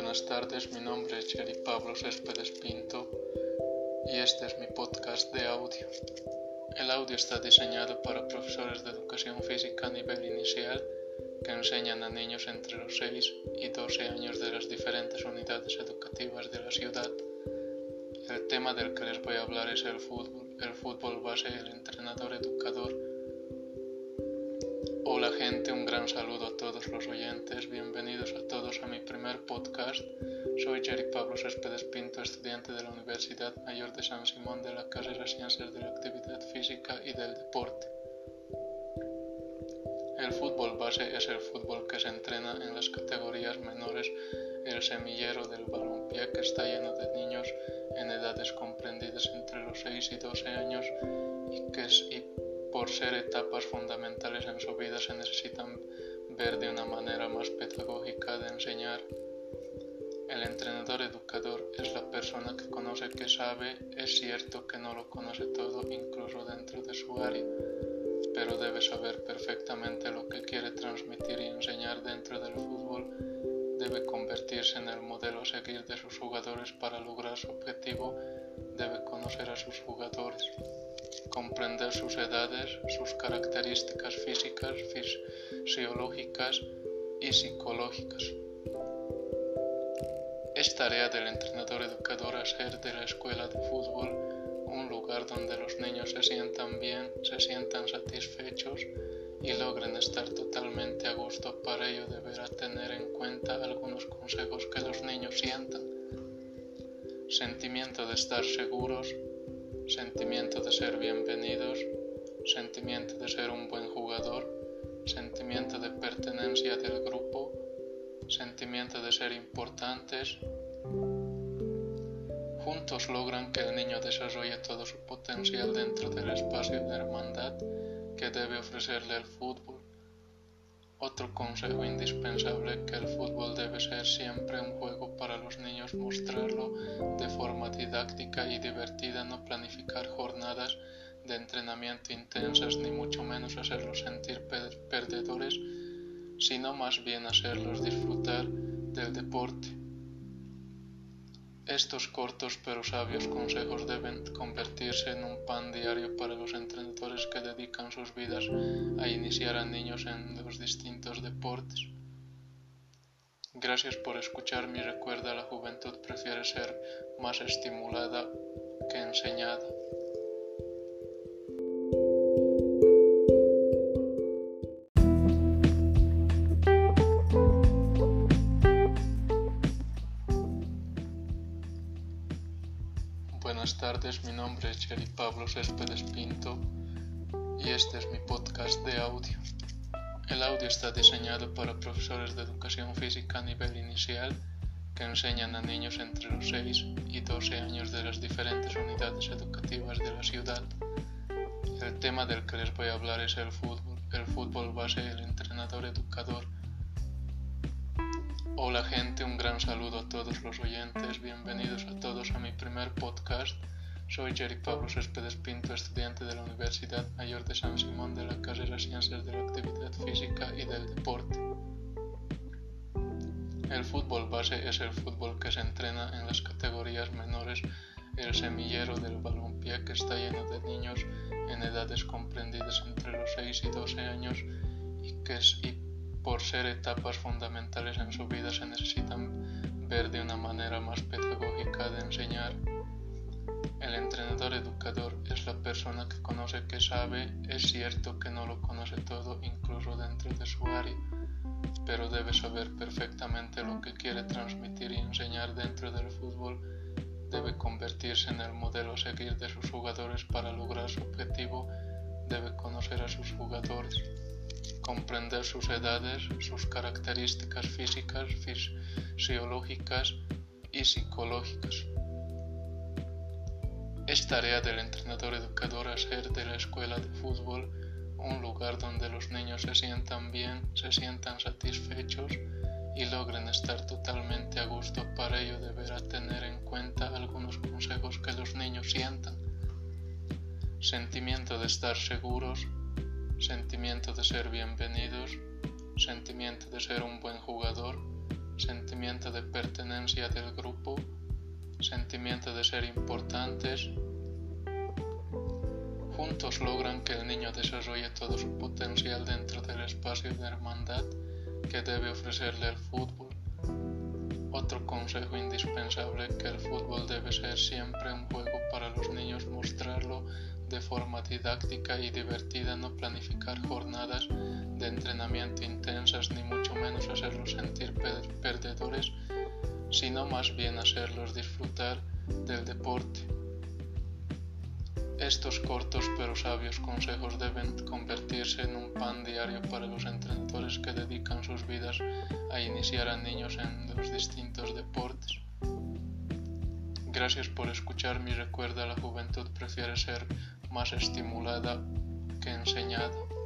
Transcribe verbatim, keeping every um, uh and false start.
Buenas tardes, mi nombre es Jerry Pablo Céspedes Pinto y este es mi podcast de audio. El audio está diseñado para profesores de educación física a nivel inicial que enseñan a niños entre los seis y doce años de las diferentes unidades educativas de la ciudad. El tema del que les voy a hablar es el fútbol, el fútbol base y el entrenador educador. Hola gente, un gran saludo a todos los oyentes, bienvenidos a todos a mi primer podcast. Soy Jerry Pablo Céspedes Pinto, estudiante de la Universidad Mayor de San Simón de la carrera Ciencias de la Actividad Física y del Deporte. El fútbol base es el fútbol que se entrena en las categorías menores, el semillero del balompié que está lleno de niños en edades comprendidas entre los seis y doce años y que es y por ser etapas fundamentales en su vida se necesitan ver de una manera más pedagógica de enseñar. El entrenador educador es la persona que conoce que sabe, es cierto que no lo conoce todo incluso dentro de su área, pero debe saber perfectamente lo que quiere transmitir y enseñar dentro del fútbol, debe convertirse en el modelo a seguir de sus jugadores para lograr su objetivo, debe conocer a sus jugadores, comprender sus edades, sus características físicas, fisiológicas y psicológicas. Es tarea del entrenador educador hacer de la escuela de fútbol un lugar donde los niños se sientan bien, se sientan satisfechos y logren estar totalmente a gusto. Para ello deberá tener en cuenta algunos consejos que los niños sientan. Sentimiento de estar seguros, sentimiento de ser bienvenidos, sentimiento de ser un buen jugador, sentimiento de pertenencia del grupo, sentimiento de ser importantes. Juntos logran que el niño desarrolle todo su potencial dentro del espacio de hermandad que debe ofrecerle el fútbol. Otro consejo indispensable: que el fútbol debe ser siempre un juego para los niños, mostrarlo de forma didáctica y divertida, no planificar jornadas de entrenamiento intensas ni mucho menos hacerlos sentir perdedores, sino más bien hacerlos disfrutar del deporte. Estos cortos pero sabios consejos deben convertirse en un pan diario para los entrenadores que dedican sus vidas a iniciar a niños en los distintos deportes. Gracias por escucharme y recuerda, la juventud prefiere ser más estimulada que enseñada. Buenas tardes, mi nombre es Jerry Pablo Céspedes Pinto y este es mi podcast de audio. El audio está diseñado para profesores de educación física a nivel inicial que enseñan a niños entre los seis y doce años de las diferentes unidades educativas de la ciudad. El tema del que les voy a hablar es el fútbol, el fútbol base y el entrenador educador. Hola gente, un gran saludo a todos los oyentes, bienvenidos a todos a mi primer podcast. Soy Jerry Pablo Céspedes Pinto, estudiante de la Universidad Mayor de San Simón de la carrera Ciencias de la Actividad Física y del Deporte. El fútbol base es el fútbol que se entrena en las categorías menores, el semillero del balompié que está lleno de niños en edades comprendidas entre los seis y doce años y que es y por ser etapas fundamentales en su vida se necesitan ver de una manera más pedagógica de enseñar. El entrenador educador es la persona que conoce que sabe, es cierto que no lo conoce todo incluso dentro de su área, pero debe saber perfectamente lo que quiere transmitir y enseñar dentro del fútbol, debe convertirse en el modelo a seguir de sus jugadores para lograr su objetivo, debe conocer a sus jugadores, comprender sus edades, sus características físicas, fisiológicas y psicológicas. Es tarea del entrenador educador hacer de la escuela de fútbol un lugar donde los niños se sientan bien, se sientan satisfechos y logren estar totalmente a gusto. Para ello deberá tener en cuenta algunos consejos que los niños sientan. Sentimiento de estar seguros, sentimiento de ser bienvenidos, sentimiento de ser un buen jugador, sentimiento de pertenencia del grupo, sentimiento de ser importantes. Juntos logran que el niño desarrolle todo su potencial dentro del espacio de hermandad que debe ofrecerle el fútbol. Otro consejo indispensable es que el fútbol debe ser siempre un juego para los niños, mostrarlo de forma didáctica y divertida, no planificar jornadas de entrenamiento intensas ni mucho menos hacerlos sentir perdedores, sino más bien hacerlos disfrutar del deporte. Estos cortos pero sabios consejos deben convertirse en un pan diario para los entrenadores que dedican sus vidas a iniciar a niños en los distintos deportes. Gracias por escucharme y recuerda, la juventud prefiere ser más estimulada que enseñada.